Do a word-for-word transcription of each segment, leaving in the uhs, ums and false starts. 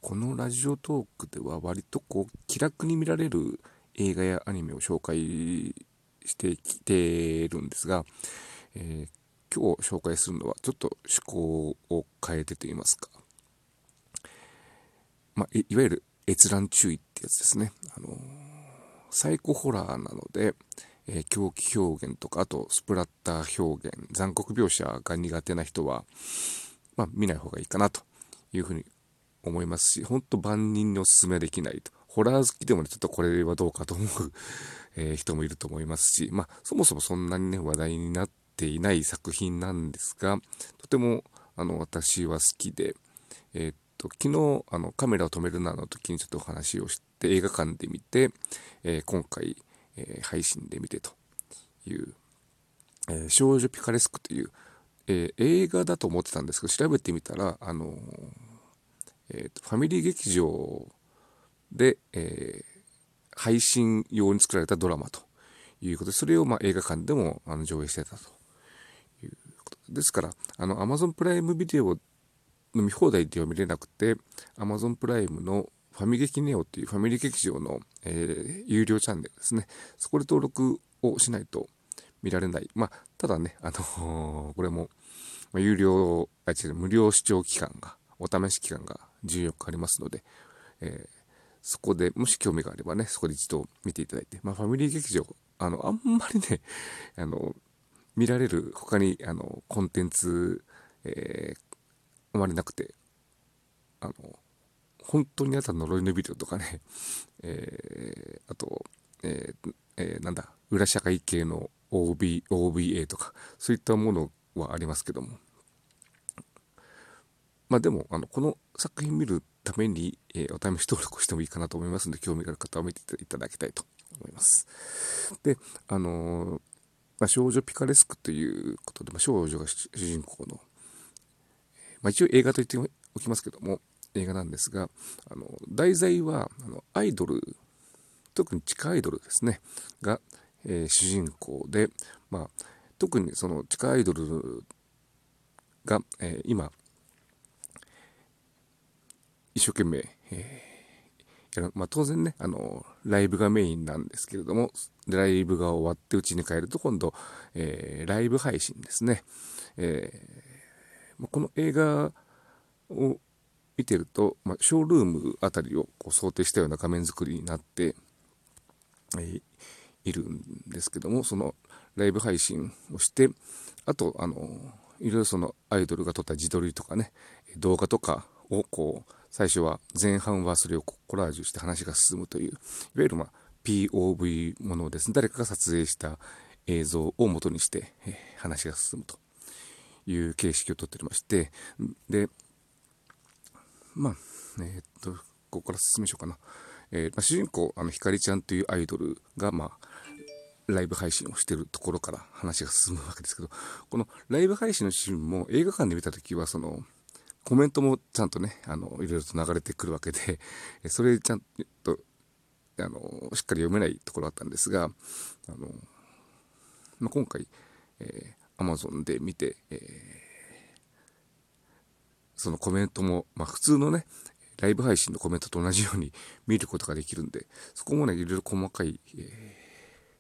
このラジオトークでは割とこう気楽に見られる映画やアニメを紹介してきてるんですが、えー今日紹介するのはちょっと趣向を変えてと言いますか、まあ、い, いわゆる閲覧注意ってやつですね。あのーサイコホラーなので、えー狂気表現とか、あとスプラッター表現、残酷描写が苦手な人は、まあ、見ない方がいいかなというふうに思いますし、本当万人にお勧めできないと。ホラー好きでもね、ちょっとこれはどうかと思う、えー人もいると思いますし、まあ、そもそもそんなにね、話題になっていない作品なんですが、とても、あの、私は好きで、えーっと、昨日、あの、カメラを止めるなの時にちょっとお話をして、映画館で見て、えー今回、えー配信で見てという、えー少女ピカレスクという、えー映画だと思ってたんですけど、調べてみたら、あのーえーと、ファミリー劇場で、えー配信用に作られたドラマということで、それをまあ映画館でもあの上映してたということですから、あの Amazon プライムビデオの見放題では見れなくて、 Amazon プライムのファミ劇ネオというファミリー劇場の、えー有料チャンネルですね、そこで登録をしないと見られない。まあただね、あのーこれもまあ有料あ違う無料視聴期間が、お試し期間がじゅうよっかありますので、えーそこでもし興味があればね、そこで一度見ていただいて、まあ、ファミリー劇場、あの、あんまりね、あの、見られる他に、あの、コンテンツ、えーあまりなくて、あの、本当にあった呪いのビデオとかね、えーあと、えーえーなんだ、裏社会系の オービー、オービーエー とか、そういったものはありますけども、まあでも、あの、この作品見るために、えーお試し登録してもいいかなと思いますので、興味がある方は見ていただきたいと思います。で、あのーまあ、少女ピカレスクということで、まあ、少女が主人公の、まあ、一応映画と言っておきますけども、映画なんですが、あの、題材は、あの、アイドル、特に地下アイドルですね、が、えー主人公で、まあ、特にその地下アイドルが、えー今、一生懸命、えーやるまあ、当然ね、あの、ライブがメインなんですけれども、でライブが終わって家に帰ると今度、えーライブ配信ですね。えーまあこの映画を見てると、まあ、ショールームあたりをこう想定したような画面作りになって、えーいるんですけども、そのライブ配信をして、あと、あの、いろいろそのアイドルが撮った自撮りとかね、動画とかをこう、最初は前半はそれをコラージュして話が進むという、いわゆるまあ ピーオーブイ ものですね。誰かが撮影した映像を元にして、えー話が進むという形式をとっておりまして、で、まあ、えーっと、ここから説明しようかな。えーまあ、主人公、あの、ひかりちゃんというアイドルが、まあ、ライブ配信をしているところから話が進むわけですけど、このライブ配信のシーンも映画館で見たときは、その、コメントもちゃんとね、あの、いろいろと流れてくるわけで、それちゃんと、あの、しっかり読めないところだったんですが、あの、まあ、今回、えー、Amazon で見て、えーそのコメントも、まあ、普通のね、ライブ配信のコメントと同じように見ることができるんで、そこもね、いろいろ細かい、えー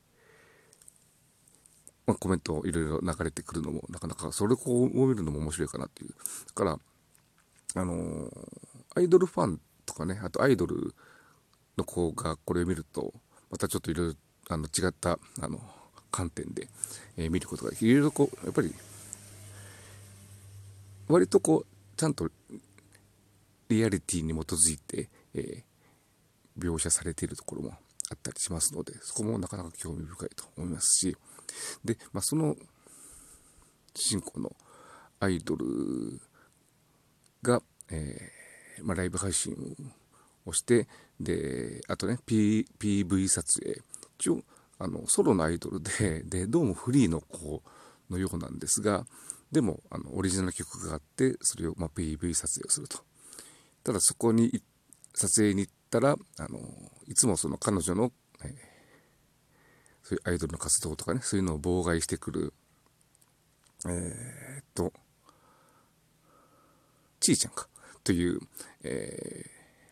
まあ、コメントいろいろ流れてくるのも、なかなかそれを見るのも面白いかなっていう。だから、あのーアイドルファンとかね、あとアイドルの子がこれを見ると、またちょっといろいろあの違ったあの観点で、えー見ることができる。いろいろこう、やっぱり、割とこう、ちゃんとリアリティに基づいて、えー描写されているところもあったりしますので、そこもなかなか興味深いと思いますし、で、まあ、その主人公のアイドルが、えーまあ、ライブ配信をして、で、あとね、P、ピーブイ 撮影。一応、あの、ソロのアイドルで、で、どうもフリーの子のようなんですが、でも、あの、オリジナル曲があって、それを、まあ、ピーブイ 撮影をすると。ただ、そこに、撮影に行ったら、あの、いつもその彼女の、えーそういうアイドルの活動とかね、そういうのを妨害してくる、えーっと、ちーちゃんか、という、えー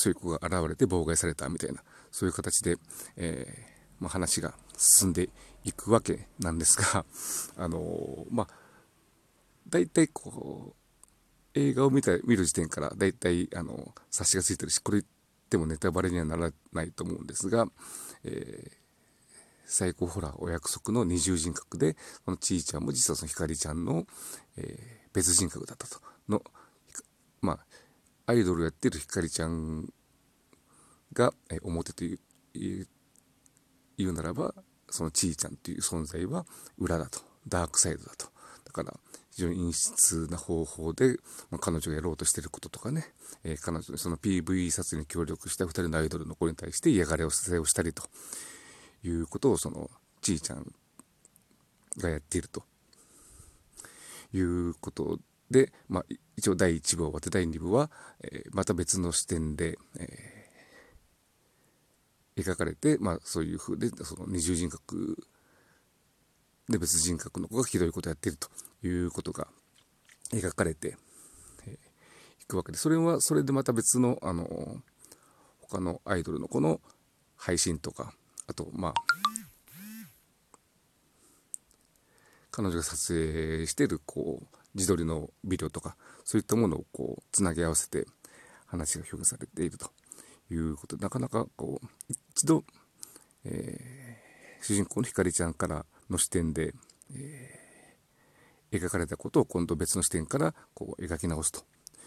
そういう子が現れて妨害されたみたいな、そういう形で、えーまあ、話が進んでいくわけなんですが、あのー、まあ大体こう映画を見た見る時点から大体あの察しがついてるし、これ言ってもネタバレにはならないと思うんですが、えー、サイコホラーお約束の二重人格で、このちいちゃんも実はそのひかりちゃんの、えー、別人格だったとの、まあアイドルやってるひかりちゃんが、えー、表という言うならば、そのちいちゃんという存在は裏だと、ダークサイドだと。だから非常に陰湿な方法で、まあ、彼女がやろうとしていることとかね、えー、彼女のその ピーブイ 撮影に協力したふたりのアイドルの子に対して嫌がらせをしたりということを、そのちいちゃんがやっているということで、まあ、一応だいいち部終わってだいに部は、えー、また別の視点で、えー、描かれて、まあ、そういう風でその二重人格で別人格の子がひどいことをやっているということが描かれていくわけで、それはそれでまた別の、あの他のアイドルの子の配信とか、あとまあ彼女が撮影しているこう自撮りのビデオとか、そういったものをこうつなぎ合わせて話が表現されているということで、なかなかこう一度、えー、主人公のひかりちゃんからの視点で、えー、描かれたことを今度別の視点からこう描き直すと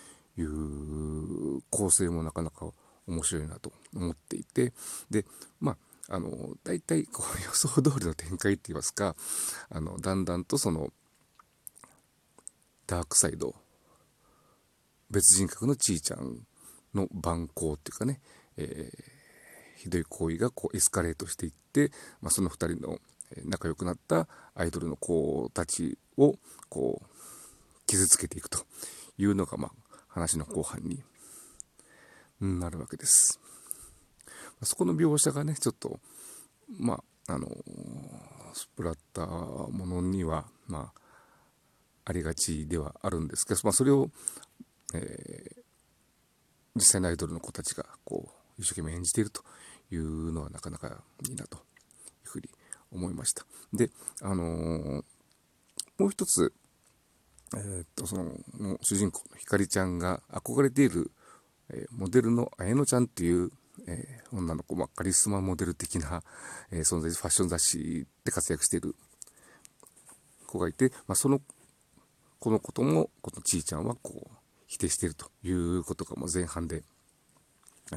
いう構成もなかなか面白いなと思っていて、でまああの大体こう予想通りの展開って言いますか、あのだんだんとそのダークサイド、別人格のちいちゃんの蛮行っていうかね、えー、ひどい行為がこうエスカレートしていって、まあ、そのふたりの仲良くなったアイドルの子たちをこう傷つけていくというのが、まあ話の後半になるわけです。そこの描写がねちょっとまああのスプラッターものにはまあありがちではあるんですけど、まあ、それを、えー、実際のアイドルの子たちがこう一生懸命演じているというのはなかなかいいなというふうに思いました。で、あのー、もう一つ、えー、っとその主人公のひかりちゃんが憧れている、えー、モデルの綾乃ちゃんっていう、えー、女の子、まあ、カリスマモデル的な、えー、存在でファッション雑誌で活躍している子がいて、まあ、そのこのこともこのちいちゃんはこう否定しているということがもう前半で、え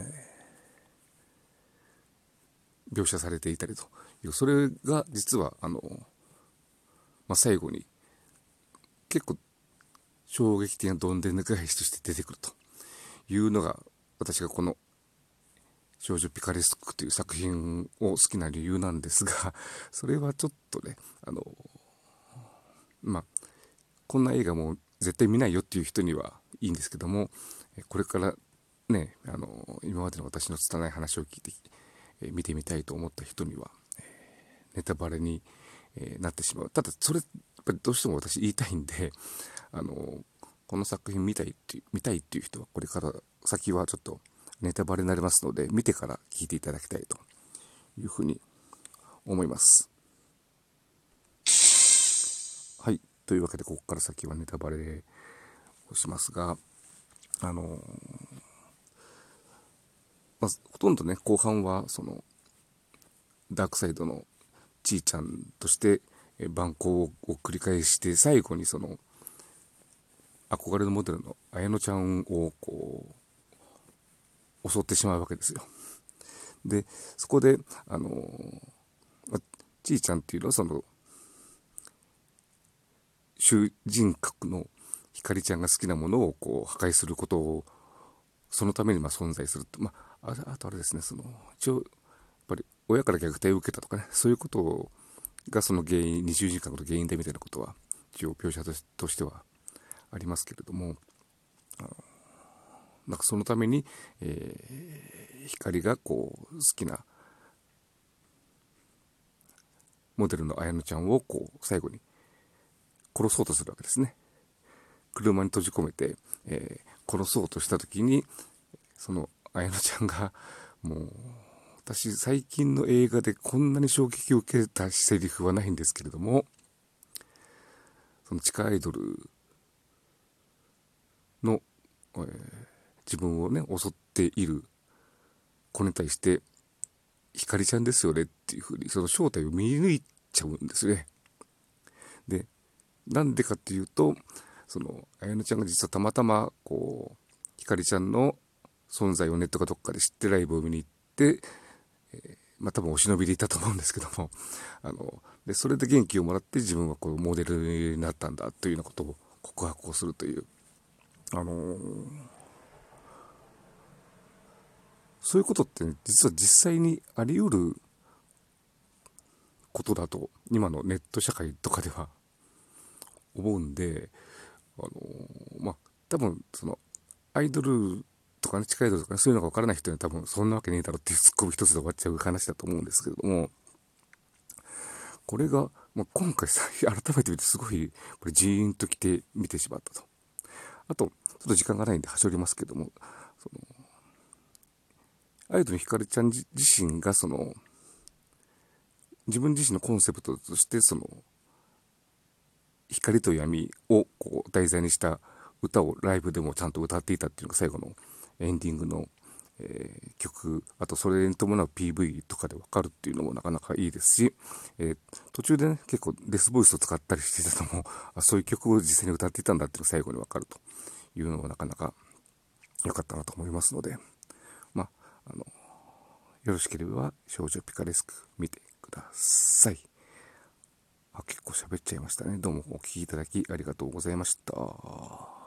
ー、描写されていたりという、それが実はあの、まあ、最後に結構衝撃的などんでん返しとして出てくるというのが、私がこの少女ピカレスクという作品を好きな理由なんですが、それはちょっとね、あのまあこんな映画も絶対見ないよっていう人にはいいんですけども、これからね、あの今までの私の拙い話を聞いて、えー、見てみたいと思った人には、えー、ネタバレに、えー、なってしまう。ただそれやっぱりどうしても私言いたいんで、あのこの作品見たいっていう見たいっていう人はこれから先はちょっとネタバレになりますので、見てから聞いていただきたいというふうに思います。はい、というわけでここから先はネタバレをしますが、あのーまあ、ほとんどね後半はそのダークサイドのちいちゃんとして蛮行を繰り返して、最後にその憧れのモデルの綾乃ちゃんをこう襲ってしまうわけですよ。でそこであのー、ちいちゃんっていうのはその主人格のひかりちゃんが好きなものをこう破壊することを、そのためにまあ存在すると、まあ、あとあれですね、その一応やっぱり親から虐待を受けたとかね、そういうことがその原因、二重人格の原因でみたいなことは一応描写としてはありますけれども、あのなんかそのために、えー、光がこう好きなモデルの綾乃ちゃんをこう最後に殺そうとするわけですね。車に閉じ込めて、えー、殺そうとした時にその綾乃ちゃんがもう、私最近の映画でこんなに衝撃を受けたセリフはないんですけれども、その地下アイドルの、えー自分をね襲っている子に対して、ひかりちゃんですよねっていうふうにその正体を見抜いちゃうんですね。で、なんでかっていうと、その綾乃ちゃんが実はたまたまこうひかりちゃんの存在をネットかどっかで知ってライブを見に行って、えーまあ多分お忍びでいたと思うんですけども、あのでそれで元気をもらって自分はこうモデルになったんだというようなことを告白をするという、あのーそういうことって、ね、実は実際にあり得ることだと今のネット社会とかでは思うんで、あのーまあ多分そのアイドルとかね、地下アイドルとかね、そういうのが分からない人には多分そんなわけねえだろっていうツッコミ一つで終わっちゃう話だと思うんですけれども、これが、まあ、今回さ改めて見てすごいこれジーンときて見てしまったと。あとちょっと時間がないんで端折りますけども、そのアイドルのひかりちゃん自身がその自分自身のコンセプトとしてその光と闇をこう題材にした歌をライブでもちゃんと歌っていたっていうのが最後のエンディングの、えー曲、あとそれに伴う ピーブイ とかで分かるっていうのもなかなかいいですし、えー途中でね結構デスボイスを使ったりしてたのも、あ、そういう曲を実際に歌っていたんだっていうのが最後に分かるというのもなかなか良かったなと思いますので、まああのよろしければ少女ピカレスク見てください。あ、結構喋っちゃいましたね。どうもお聞きいただきありがとうございました。